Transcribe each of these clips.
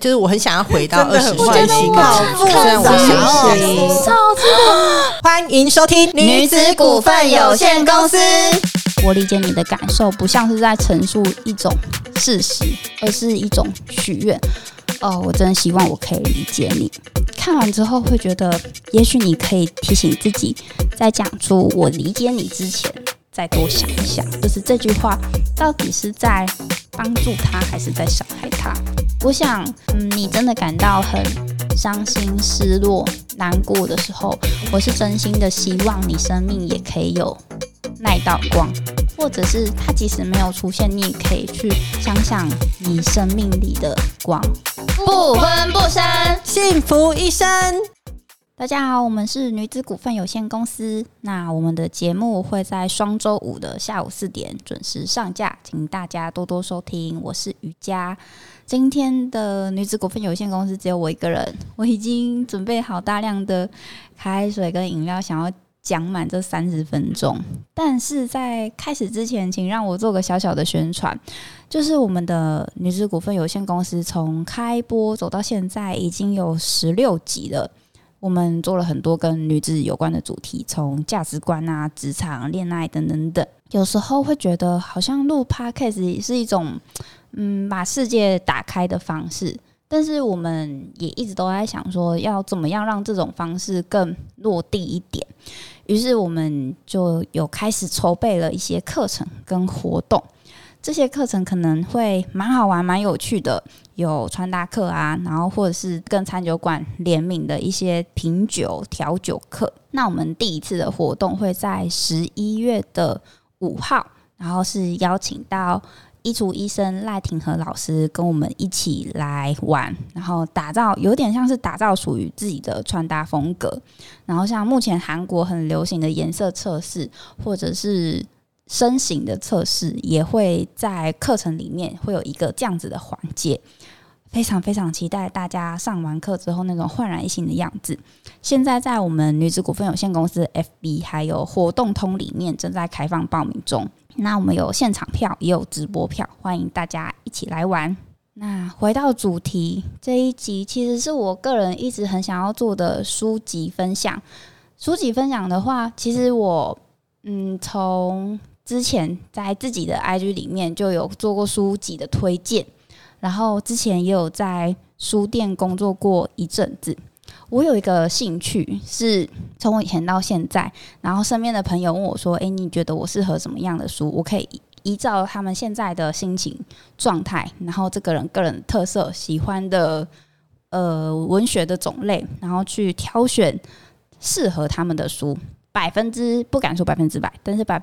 就是我很想要回到20岁真的新好复杂， 虽然我想要欢迎收听女子股份有限公司。 我理解你的感受，不像是在陈述一种事实，而是一种许愿。我真的希望我可以理解你。看完之后会觉得，也许你可以提醒自己，在讲出我理解你之前，再多想一想，就是这句话到底是在帮助他，还是在伤害他？我想，你真的感到很伤心、失落、难过的时候，我是真心的希望你生命也可以有那一道光，或者是它即使没有出现，你也可以去想想你生命里的光。 不婚不生， 幸福一生。 大家好，我们是女子股份有限公司。那我们的节目会在双周五的下午4点准时上架，请大家多多收听。我是瑜伽。今天的女子股份有限公司只有我一个人，我已经准备好大量的开水跟饮料，想要讲满这30分钟。但是在开始之前，请让我做个小小的宣传，就是我们的女子股份有限公司从开播走到现在已经有16集了。我们做了很多跟女子有关的主题，从价值观啊、职场、恋爱等等等。有时候会觉得好像录 podcast 是一种把世界打开的方式，但是我们也一直都在想说要怎么样让这种方式更落地一点。于是我们就有开始筹备了一些课程跟活动。这些课程可能会蛮好玩、蛮有趣的，有穿搭课啊，然后或者是跟餐酒馆联名的一些品酒、调酒课。那我们第一次的活动会在11月的5号，然后是邀请到衣橱医生赖廷和老师跟我们一起来玩，然后打造有点像是打造属于自己的穿搭风格。然后像目前韩国很流行的颜色测试，或者是身形的测试，也会在课程里面会有一个这样子的环节。非常非常期待大家上完课之后那种焕然一新的样子。现在在我们女子股份有限公司 FB 还有活动通里面正在开放报名中。那我们有现场票也有直播票，欢迎大家一起来玩。那回到主题，这一集其实是我个人一直很想要做的书籍分享。书籍分享的话，其实我从之前在自己的 IG 里面就有做过书籍的推荐，然后之前也有在书店工作过一阵子。我有一个兴趣是从我以前到现在，然后身边的朋友问我说你觉得我适合什么样的书，我可以依照他们现在的心情状态，然后这个人个人的特色，喜欢的文学的种类，然后去挑选适合他们的书。不敢说100%，但是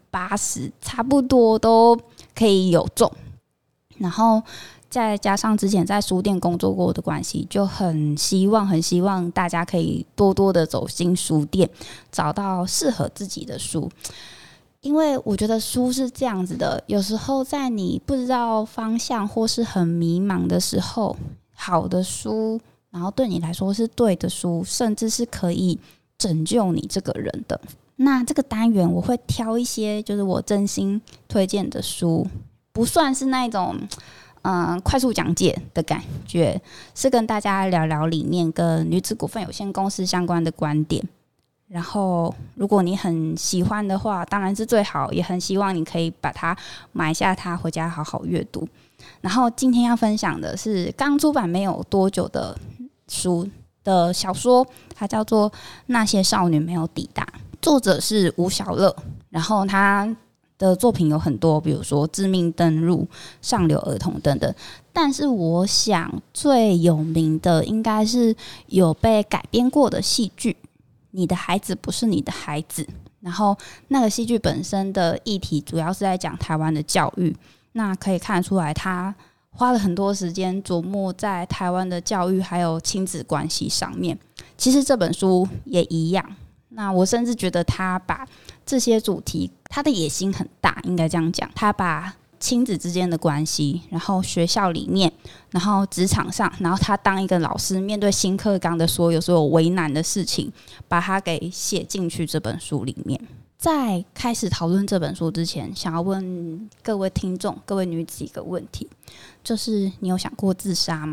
80%差不多都可以有中。然后再加上之前在书店工作过的关系，就很希望大家可以多多的走进书店，找到适合自己的书。因为我觉得书是这样子的，有时候在你不知道方向或是很迷茫的时候，好的书，然后对你来说是对的书，甚至是可以拯救你这个人的。那这个单元我会挑一些就是我真心推荐的书，不算是那种快速讲解的感觉，是跟大家聊聊理念跟女子股份有限公司相关的观点。然后如果你很喜欢的话，当然是最好，也很希望你可以把它买下它回家好好阅读。然后今天要分享的是刚出版没有多久的书的小说，它叫做《那些少女没有抵达》，作者是吴小乐。然后他的作品有很多，比如说《致命登入》、《上流儿童》等等。但是我想最有名的应该是有被改编过的戏剧《你的孩子不是你的孩子》。然后那个戏剧本身的议题主要是在讲台湾的教育，那可以看得出来他花了很多时间琢磨在台湾的教育还有亲子关系上面。其实这本书也一样，那我甚至觉得他把这些主题，他的野心很大，应该这样讲，他把亲子之间的关系，然后学校里面，然后职场上，然后他当一个老师面对新课纲的所有为难的事情，把它给写进去这本书里面。在开始讨论这本书之前，想要问各位听众、各位女子一个问题，就是你有想过自杀吗？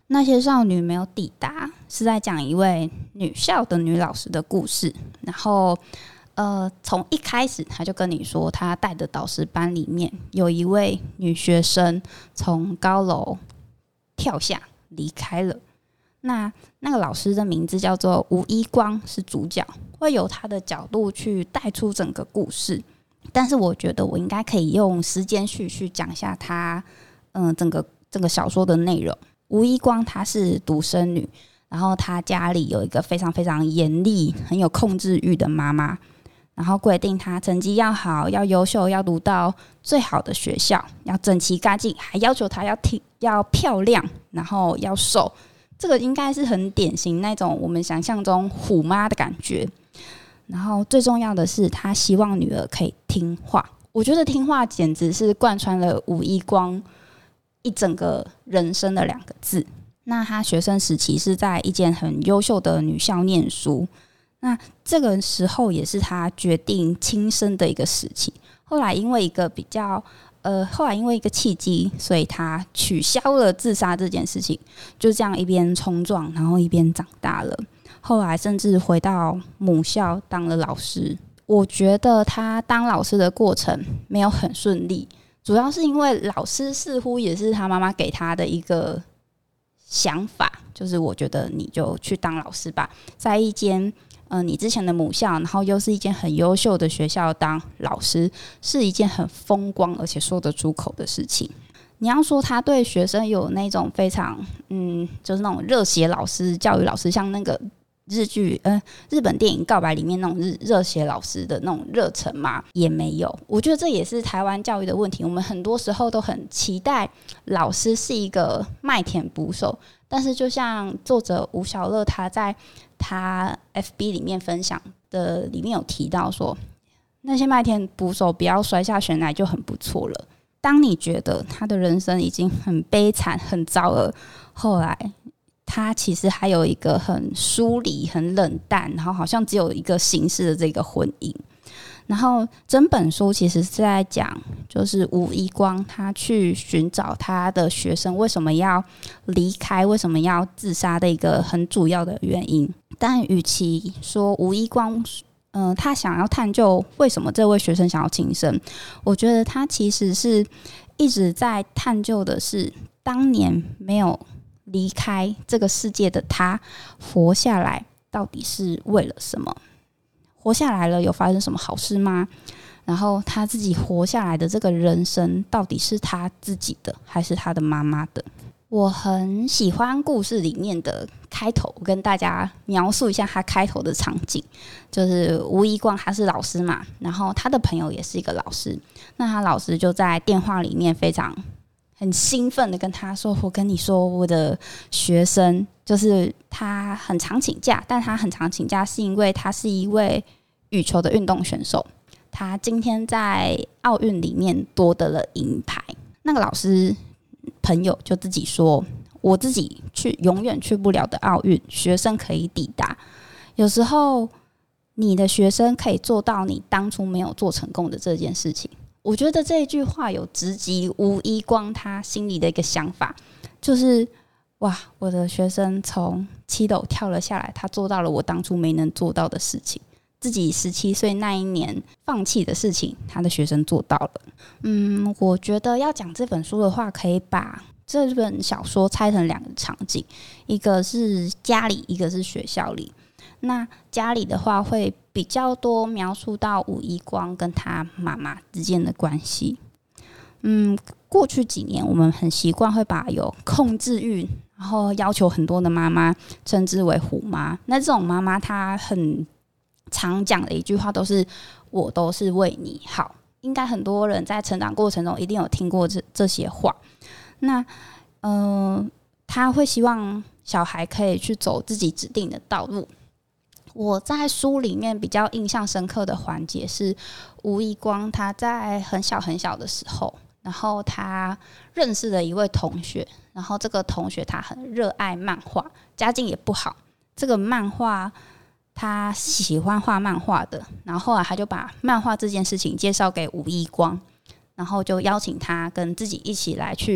那些少女没有抵达是在讲一位女校的女老师的故事，然后从一开始他就跟你说他带的导师班里面有一位女学生从高楼跳下离开了。那个老师的名字叫做吴一光，是主角，会由他的角度去带出整个故事。但是我觉得我应该可以用时间序去讲一下他整个小说的内容。吴一光她是独生女，然后她家里有一个非常非常严厉很有控制欲的妈妈，然后规定她成绩要好，要优秀，要读到最好的学校，要整齐干净，还要求她要漂亮，然后要瘦。这个应该是很典型那种我们想象中虎妈的感觉。然后最重要的是她希望女儿可以听话，我觉得听话简直是贯穿了吴一光一整个人生的2个字。那她学生时期是在一间很优秀的女校念书，那这个时候也是她决定轻生的一个时期。后来因为一个契机，所以她取消了自杀这件事情，就这样一边冲撞，然后一边长大了。后来甚至回到母校当了老师。我觉得她当老师的过程没有很顺利，主要是因为老师似乎也是她妈妈给她的一个想法，就是我觉得你就去当老师吧，在一间你之前的母校，然后又是一间很优秀的学校当老师，是一件很风光而且说得出口的事情。你要说他对学生有那种非常就是那种热血老师、教育老师，像那个日本电影《告白》里面那种热血老师的那种热忱嘛，也没有。我觉得这也是台湾教育的问题，我们很多时候都很期待老师是一个麦田捕手，但是就像作者吴小乐他在他 FB 里面分享的里面有提到说，那些麦田捕手不要摔下悬崖就很不错了。当你觉得他的人生已经很悲惨很糟了，后来他其实还有一个很疏离很冷淡，然后好像只有一个形式的这个婚姻。然后整本书其实是在讲就是吴一光他去寻找他的学生为什么要离开，为什么要自杀的一个很主要的原因。但与其说吴一光他想要探究为什么这位学生想要轻生，我觉得他其实是一直在探究的是当年没有离开这个世界的他活下来到底是为了什么，活下来了有发生什么好事吗？然后他自己活下来的这个人生到底是他自己的还是他的妈妈的。我很喜欢故事里面的开头，我跟大家描述一下他开头的场景。就是吴一光他是老师嘛，然后他的朋友也是一个老师，那他老师就在电话里面很兴奋的跟他说，我跟你说我的学生就是他很常请假，但他很常请假是因为他是一位羽球的运动选手，他今天在奥运里面夺得了银牌。那个老师朋友就自己说，我自己永远去不了的奥运，学生可以抵达。有时候你的学生可以做到你当初没有做成功的这件事情。我觉得这一句话有直击吴一光他心里的一个想法，就是哇，我的学生从7楼跳了下来，他做到了我当初没能做到的事情。自己17岁那一年放弃的事情，他的学生做到了。我觉得要讲这本书的话，可以把这本小说拆成2个场景，一个是家里，一个是学校里。那家里的话会比较多描述到吴一光跟他妈妈之间的关系。过去几年我们很习惯会把有控制欲然后要求很多的妈妈称之为虎妈。那这种妈妈她很常讲的一句话都是我都是为你好，应该很多人在成长过程中一定有听过这些话。那他会希望小孩可以去走自己指定的道路。我在书里面比较印象深刻的环节是吴一光他在很小很小的时候，然后他认识了一位同学，然后这个同学他很热爱漫画，家境也不好，这个漫画他喜欢画漫画的，然后后来他就把漫画这件事情介绍给吴一光，然后就邀请他跟自己一起来去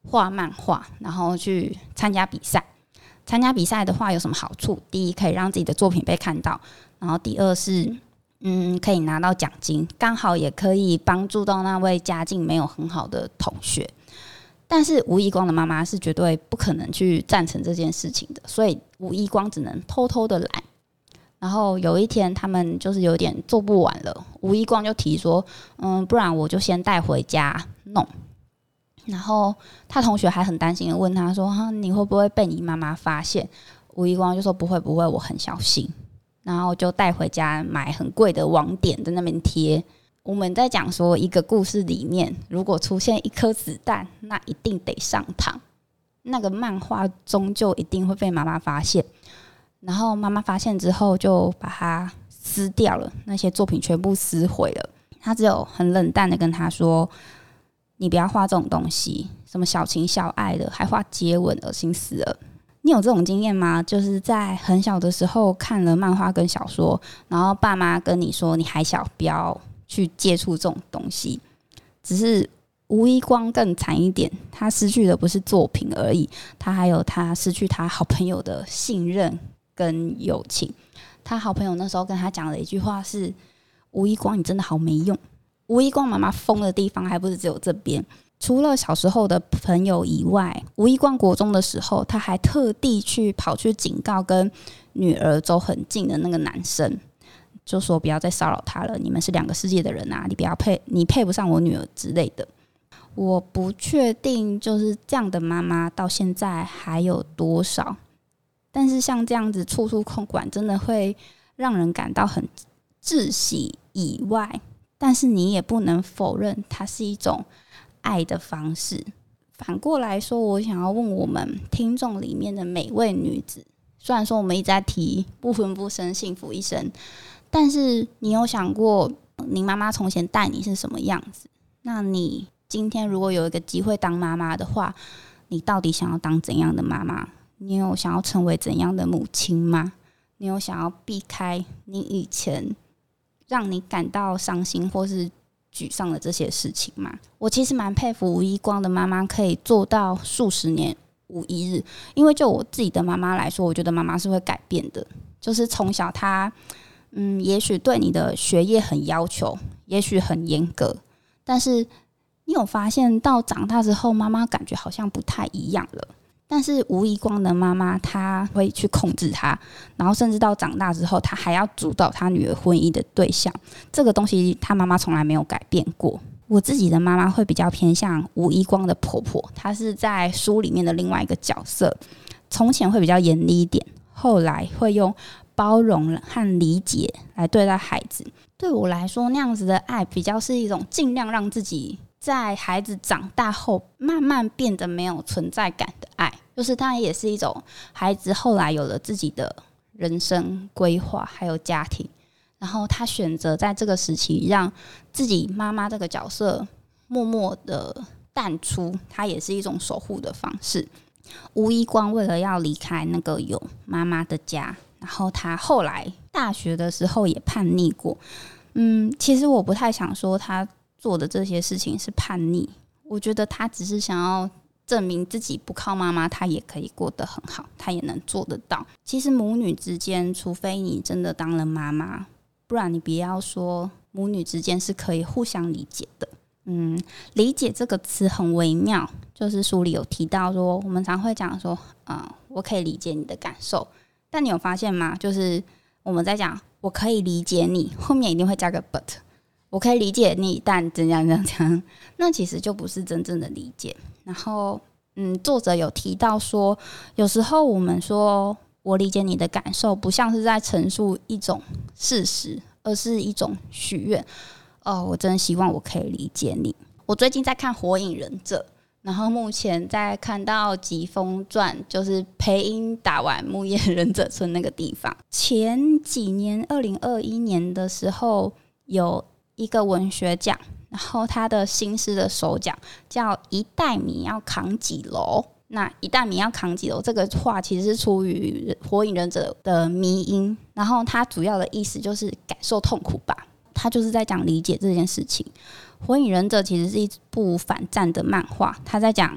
画漫画，然后去参加比赛。参加比赛的话有什么好处？第一，可以让自己的作品被看到，然后第二是可以拿到奖金，刚好也可以帮助到那位家境没有很好的同学。但是吴一光的妈妈是绝对不可能去赞成这件事情的，所以吴一光只能偷偷的来。然后有一天他们就是有点做不完了，吴一光就提说不然我就先带回家弄。然后他同学还很担心的问他说你会不会被你妈妈发现？吴一光就说不会，我很小心。然后就带回家买很贵的网点在那边贴。我们在讲说一个故事里面如果出现一颗子弹，那一定得上膛，那个漫画终究一定会被妈妈发现。然后妈妈发现之后就把它撕掉了，那些作品全部撕毁了。他只有很冷淡的跟他说，你不要画这种东西，什么小情小爱的，还画接吻，恶心死了。你有这种经验吗？就是在很小的时候看了漫画跟小说，然后爸妈跟你说你还小，不要去接触这种东西。只是吴一光更惨一点，他失去的不是作品而已，他还有他失去他好朋友的信任跟友情。他好朋友那时候跟他讲了一句话是，吴一光你真的好没用。吴一光妈妈疯的地方还不是只有这边，除了小时候的朋友以外，吴一光国中的时候他还特地跑去警告跟女儿走很近的那个男生，就说不要再骚扰他了，你们是两个世界的人啊，你配不上我女儿之类的。我不确定就是这样的妈妈到现在还有多少，但是像这样子处处控管真的会让人感到很窒息以外，但是你也不能否认它是一种爱的方式。反过来说，我想要问我们听众里面的每位女子，虽然说我们一直在提不婚不生幸福一生，但是你有想过你妈妈从前带你是什么样子？那你今天如果有一个机会当妈妈的话，你到底想要当怎样的妈妈？你有想要成为怎样的母亲吗？你有想要避开你以前让你感到伤心或是沮丧的这些事情吗？我其实蛮佩服吴一光的妈妈可以做到数十年无一日，因为就我自己的妈妈来说，我觉得妈妈是会改变的。就是从小她也许对你的学业很要求，也许很严格，但是你有发现到长大之后，妈妈感觉好像不太一样了。但是吴一光的妈妈她会去控制她，然后甚至到长大之后，她还要主导她女儿婚姻的对象，这个东西她妈妈从来没有改变过。我自己的妈妈会比较偏向吴一光的婆婆，她是在书里面的另外一个角色，从前会比较严厉一点，后来会用包容和理解来对待孩子。对我来说，那样子的爱比较是一种尽量让自己在孩子长大后慢慢变得没有存在感的爱，就是它也是一种孩子后来有了自己的人生规划还有家庭，然后他选择在这个时期让自己妈妈这个角色默默的淡出，它也是一种守护的方式。吴一光为了要离开那个有妈妈的家，然后他后来大学的时候也叛逆过。其实我不太想说他做的这些事情是叛逆，我觉得他只是想要证明自己不靠妈妈他也可以过得很好，他也能做得到。其实母女之间，除非你真的当了妈妈，不然你不要说母女之间是可以互相理解的。理解这个词很微妙，就是书里有提到说，我们常会讲说我可以理解你的感受，但你有发现吗？就是我们在讲我可以理解你，后面一定会加个 but， 我可以理解你，但怎样怎样，那其实就不是真正的理解。然后作者有提到说，有时候我们说我理解你的感受，不像是在陈述一种事实，而是一种许愿。我真的希望我可以理解你。我最近在看《火影忍者》，然后目前在看到疾风传，就是配音打完木叶忍者村那个地方。前几年2021年的时候有一个文学奖，然后他的新诗的首奖叫一袋米要扛几楼。那一袋米要扛几楼这个话其实是出于火影忍者的迷因，然后它主要的意思就是感受痛苦吧，他就是在讲理解这件事情。火影忍者其实是一部反战的漫画，他在讲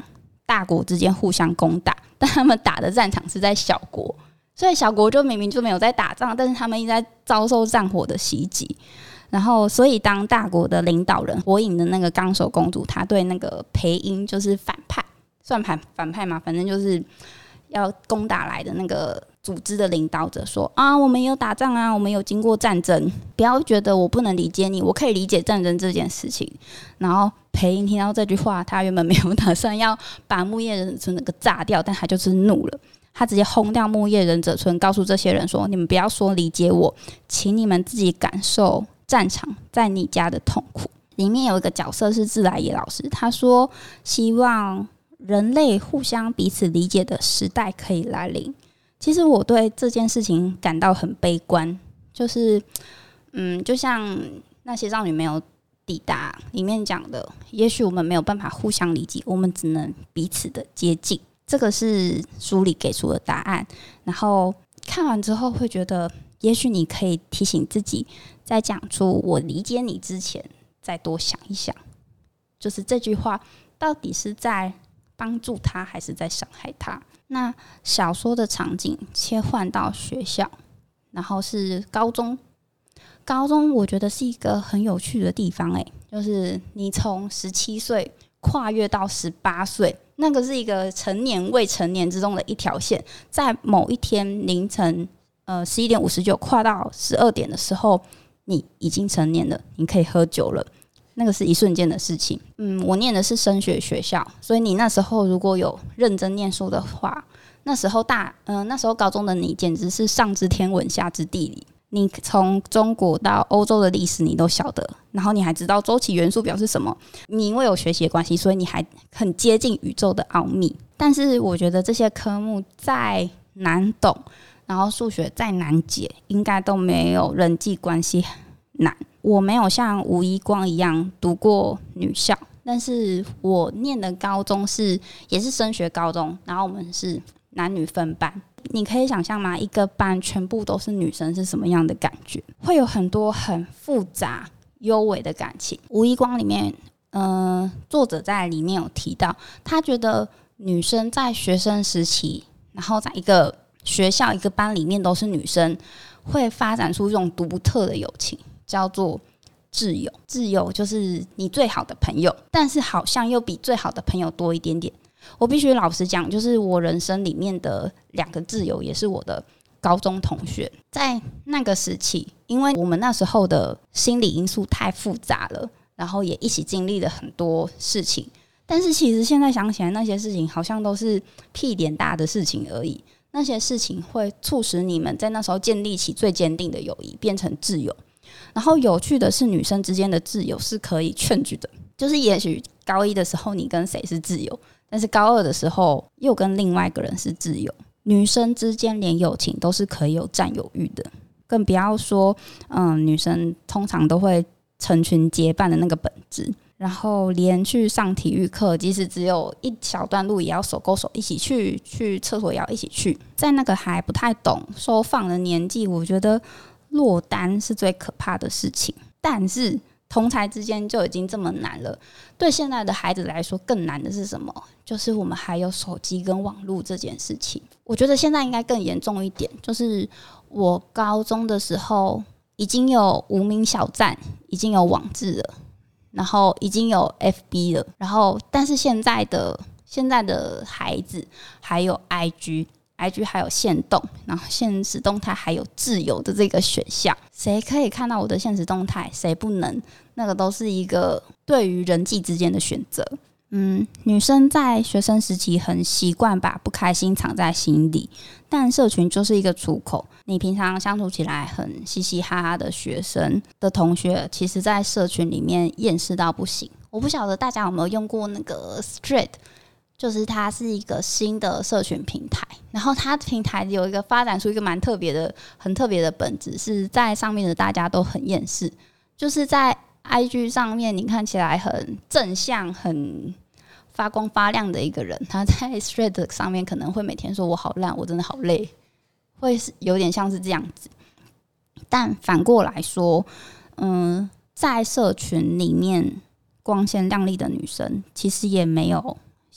大国之间互相攻打，但他们打的战场是在小国，所以小国就明明就没有在打仗，但是他们一直在遭受战火的袭击。然后，所以当大国的领导人火影的那个纲手公主，她对那个裴英就是反派，算反派嘛，反正就是要攻打来的那个组织的领导者说啊，我们有打仗啊，我们有经过战争，不要觉得我不能理解你，我可以理解战争这件事情。然后裴英听到这句话，他原本没有打算要把木叶忍者村那个炸掉，但他就是怒了。他直接轰掉木叶忍者村，告诉这些人说：“你们不要说理解我，请你们自己感受战场在你家的痛苦。”里面有一个角色是自来也老师，他说：“希望人类互相彼此理解的时代可以来临。”其实我对这件事情感到很悲观，就是就像那些少女没有抵达里面讲的，也许我们没有办法互相理解，我们只能彼此的接近。这个是书里给出的答案，然后看完之后会觉得，也许你可以提醒自己，在讲出我理解你之前，再多想一想，就是这句话到底是在帮助他，还是在伤害他？那小说的场景切换到学校，然后是高中。高中我觉得是一个很有趣的地方，就是你从17岁跨越到18岁。那个是一个成年未成年之中的一条线，在某一天凌晨11点59跨到12点的时候，你已经成年了，你可以喝酒了，那个是一瞬间的事情。我念的是升学学校，所以你那时候如果有认真念书的话，那时候高中的你简直是上知天文下知地理，你从中国到欧洲的历史你都晓得，然后你还知道周期元素表是什么。你因为有学习的关系，所以你还很接近宇宙的奥秘。但是我觉得这些科目再难懂，然后数学再难解，应该都没有人际关系难。我没有像吴一光一样读过女校，但是我念的高中也是升学高中，然后我们是男女分班。你可以想象吗？一个班全部都是女生是什么样的感觉？会有很多很复杂幽微的感情。吴一光里面作者在里面有提到，他觉得女生在学生时期，然后在一个学校一个班里面都是女生，会发展出一种独特的友情，叫做挚友。挚友就是你最好的朋友，但是好像又比最好的朋友多一点点。我必须老实讲，就是我人生里面的2个挚友也是我的高中同学。在那个时期，因为我们那时候的心理因素太复杂了，然后也一起经历了很多事情，但是其实现在想起来，那些事情好像都是屁点大的事情而已。那些事情会促使你们在那时候建立起最坚定的友谊，变成挚友。然后有趣的是，女生之间的挚友是可以劝举的，就是也许高1的时候你跟谁是挚友，但是高2的时候又跟另外一个人是挚友。女生之间连友情都是可以有占有欲的，更不要说女生通常都会成群结伴的那个本质。然后连去上体育课，即使只有一小段路，也要手勾手一起去厕所也要一起去。在那个还不太懂收放的年纪，我觉得落单是最可怕的事情。但是同侪之间就已经这么难了，对现在的孩子来说更难的是什么？就是我们还有手机跟网络这件事情。我觉得现在应该更严重一点，就是我高中的时候已经有无名小站，已经有网志了，然后已经有 FB 了，然后但是现在的孩子还有 IG 还有限动，然后限时动态还有挚友的这个选项，谁可以看到我的限时动态，谁不能，那个都是一个对于人际之间的选择。女生在学生时期很习惯把不开心藏在心里，但社群就是一个出口。你平常相处起来很嘻嘻哈哈的学生的同学，其实在社群里面厌世到不行。我不晓得大家有没有用过那个 Thread， 就是它是一个新的社群平台，然后它平台有一个发展出一个很特别的本质，是在上面的大家都很厌世，就是在IG 上面你看起来很正向很发光发亮的一个人，他在 Thread 上面可能会每天说我好烂，我真的好累，会有点像是这样子。但反过来说在社群里面光鲜亮丽的女生其实也没有像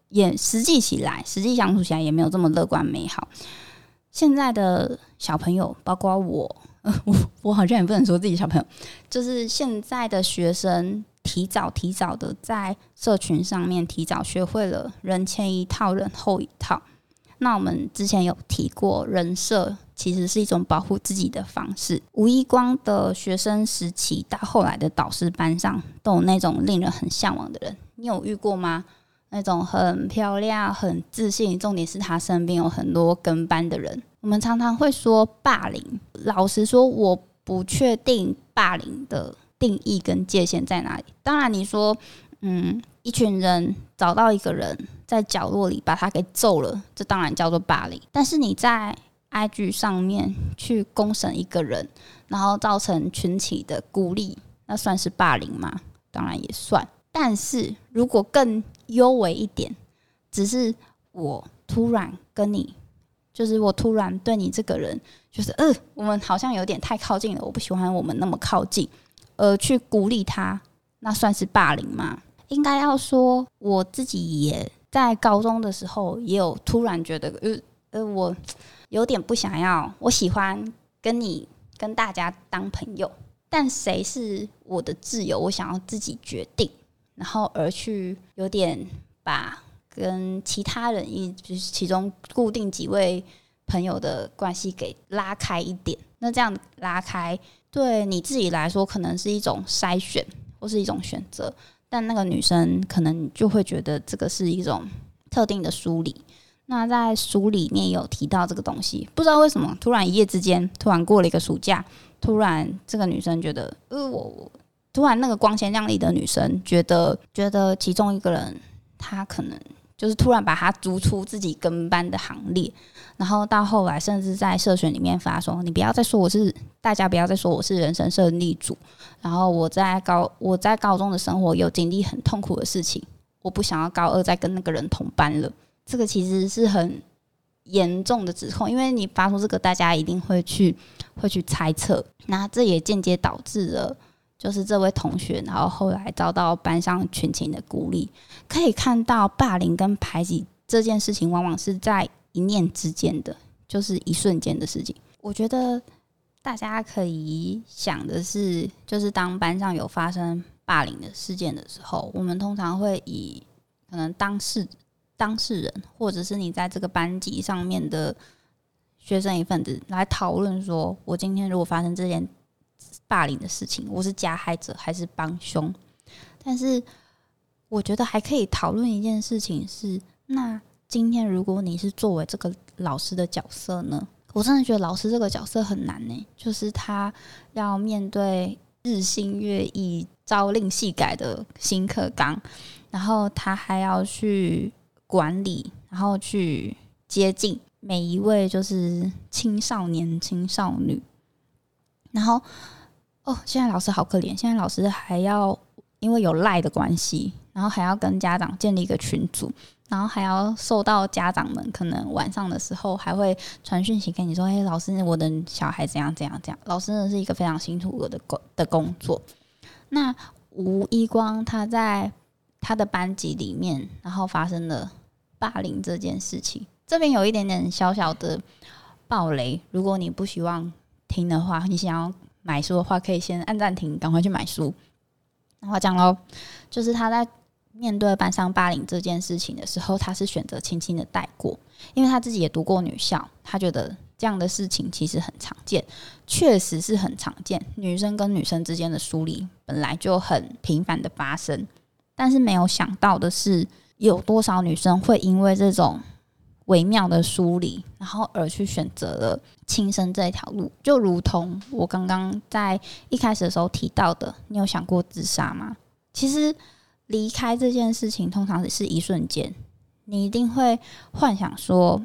也实际相处起来也没有这么乐观美好。现在的小朋友，包括我好像也不能说自己小朋友，就是现在的学生提早的在社群上面提早学会了人前一套人后一套。那我们之前有提过，人设其实是一种保护自己的方式。吴一光的学生时期到后来的导师班上都有那种令人很向往的人，你有遇过吗？那种很漂亮很自信，重点是他身边有很多跟班的人。我们常常会说霸凌，老实说我不确定霸凌的定义跟界限在哪里。当然你说一群人找到一个人在角落里把他给揍了，这当然叫做霸凌。但是你在 IG 上面去公审一个人，然后造成群起的孤立，那算是霸凌吗？当然也算。但是如果更优微一点，只是我突然跟你，就是我突然对你这个人，就是我们好像有点太靠近了，我不喜欢我们那么靠近，去鼓励他，那算是霸凌吗？应该要说，我自己也在高中的时候也有突然觉得，我有点不想要，我喜欢跟大家当朋友，但谁是我的挚友，我想要自己决定，然后而去有点把跟其他人就是其中固定几位朋友的关系给拉开一点。那这样拉开对你自己来说可能是一种筛选或是一种选择，但那个女生可能就会觉得这个是一种特定的梳理。那在书里面有提到这个东西，不知道为什么突然一夜之间，突然过了一个暑假，突然这个女生觉得突然那个光鲜亮丽的女生觉得其中一个人她可能就是突然把她逐出自己跟班的行列，然后到后来甚至在社群里面发说，你不要再说大家不要再说我是人生胜利组，然后我在高中的生活有经历很痛苦的事情，我不想要高二再跟那个人同班了。这个其实是很严重的指控，因为你发出这个，大家一定会去猜测，那这也间接导致了就是这位同学，然后后来遭到班上群情的孤立。可以看到霸凌跟排挤这件事情往往是在一念之间的，就是一瞬间的事情。我觉得大家可以想的是，就是当班上有发生霸凌的事件的时候，我们通常会以可能当事人或者是你在这个班级上面的学生一份子来讨论说，我今天如果发生这件霸凌的事情，我是加害者还是帮凶。但是我觉得还可以讨论一件事情是，那今天如果你是作为这个老师的角色呢？我真的觉得老师这个角色很难呢，就是他要面对日新月异朝令夕改的新课纲，然后他还要去管理，然后去接近每一位就是青少年青少女。然后现在老师好可怜，现在老师还要因为有赖的关系，然后还要跟家长建立一个群组，然后还要受到家长们可能晚上的时候还会传讯息给你说，老师我的小孩怎样怎样怎样。老师真的是一个非常辛苦的工作。那吴一光他在他的班级里面，然后发生了霸凌这件事情，这边有一点点小小的爆雷，如果你不希望听的话，你想要买书的话，可以先按暂停，赶快去买书。然后讲咯，就是他在面对班上霸凌这件事情的时候，他是选择轻轻的带过，因为他自己也读过女校，他觉得这样的事情其实很常见，确实是很常见，女生跟女生之间的疏离本来就很频繁的发生。但是没有想到的是，有多少女生会因为这种微妙的疏离，然后而去选择了轻生这一条路。就如同我刚刚在一开始的时候提到的，你有想过自杀吗？其实离开这件事情通常是一瞬间，你一定会幻想说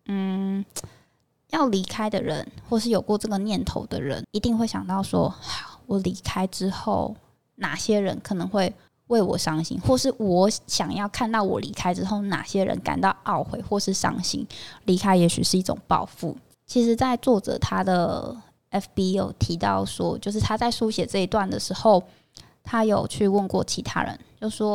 要离开的人，或是有过这个念头的人，一定会想到说，我离开之后哪些人可能会为我伤心，或是我想要看到我离开之后哪些人感到懊悔或是伤心。离开也许是一种报复。其实在作者他的 FB 有提到说，就是他在书写这一段的时候，他有去问过其他人，就说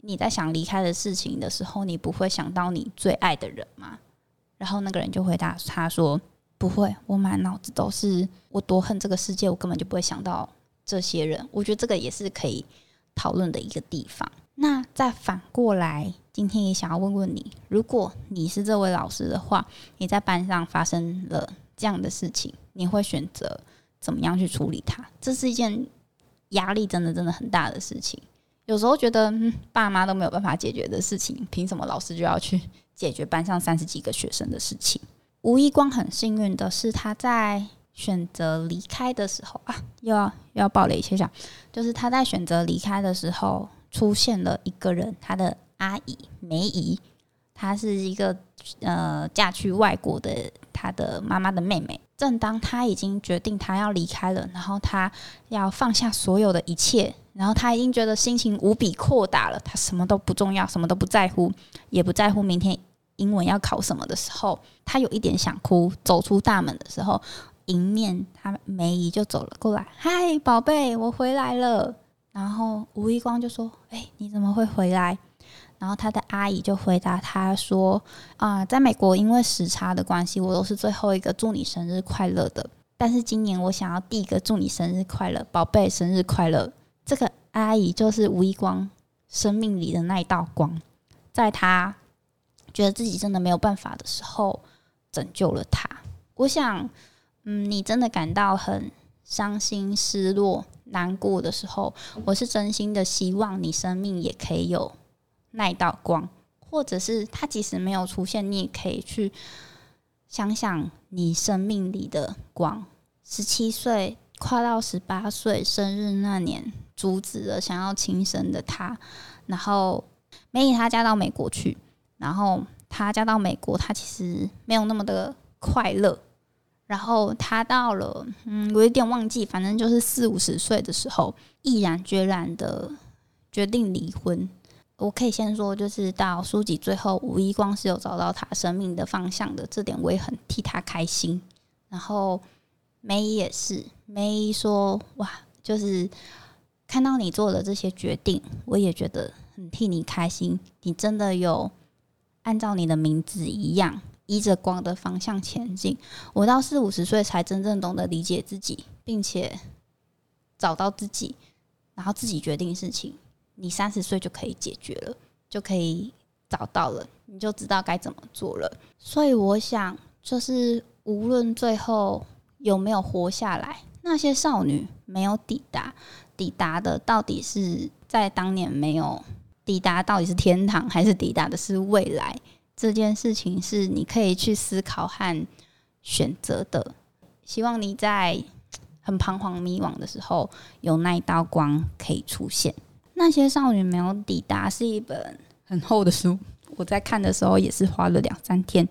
你在想离开的事情的时候，你不会想到你最爱的人吗？然后那个人就回答他说，不会，我满脑子都是我多恨这个世界，我根本就不会想到这些人。我觉得这个也是可以讨论的一个地方。那再反过来，今天也想要问问你，如果你是这位老师的话，你在班上发生了这样的事情，你会选择怎么样去处理它？这是一件压力真的很大的事情。有时候觉得爸妈都没有办法解决的事情，凭什么老师就要去解决班上30几个学生的事情？吴一光很幸运的是，他在选择离开的时候又要爆雷一下，就是他在选择离开的时候出现了一个人，他的阿姨梅姨，她是一个嫁去外国的她的妈妈的妹妹。正当她已经决定她要离开了，然后她要放下所有的一切，然后她已经觉得心情无比豁达了，她什么都不重要，什么都不在乎，也不在乎明天英文要考什么的时候，她有一点想哭。走出大门的时候，迎面她梅姨就走了过来，嗨宝贝，我回来了。然后吴一光就说，你怎么会回来？然后他的阿姨就回答他说，在美国因为时差的关系，我都是最后一个祝你生日快乐的，但是今年我想要第一个祝你生日快乐，宝贝生日快乐。这个阿姨就是吴一光生命里的那一道光，在他觉得自己真的没有办法的时候拯救了他。我想你真的感到很伤心失落难过的时候，我是真心的希望你生命也可以有那一道光，或者是他即使没有出现，你也可以去想想你生命里的光。17岁快到18岁生日那年，阻止了想要轻生的他。然后梅姨她嫁到美国去，然后她嫁到美国，她其实没有那么的快乐。然后她到了我有点忘记，反正就是40-50岁的时候，毅然决然的决定离婚。我可以先说，就是到书籍最后，吴一光是有找到他生命的方向的，这点我也很替他开心。然后梅姨也是，梅姨说，哇，就是看到你做的这些决定，我也觉得很替你开心。你真的有按照你的名字一样，依着光的方向前进。我到40-50岁才真正懂得理解自己，并且找到自己，然后自己决定事情。你30岁就可以解决了，就可以找到了，你就知道该怎么做了。所以我想，就是无论最后有没有活下来，那些少女没有抵达的到底是在当年没有抵达，到底是天堂还是抵达的是未来？这件事情是你可以去思考和选择的。希望你在很彷徨迷惘的时候，有那一道光可以出现。那些少女没有抵达是一本很厚的书，我在看的时候也是花了2-3天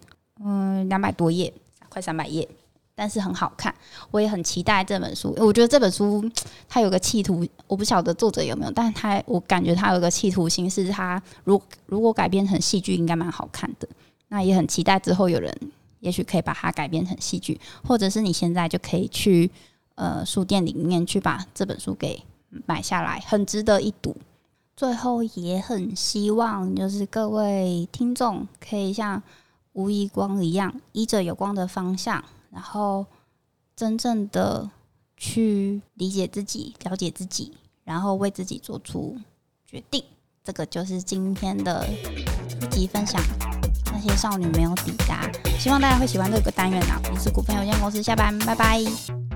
，200多页，快300页，但是很好看。我也很期待这本书。我觉得这本书它有个企图，我不晓得作者有没有，但是我感觉它有个企图心，是它如果改编成戏剧应该蛮好看的。那也很期待之后有人也许可以把它改编成戏剧，或者是你现在就可以去书店里面去把这本书给买下来，很值得一读。最后也很希望就是各位听众可以像吴一光一样，依着有光的方向，然后真正的去理解自己，了解自己，然后为自己做出决定。这个就是今天的一集分享，那些少女没有抵达。希望大家会喜欢这个单元啊！我是股份有限公司，下班，拜拜。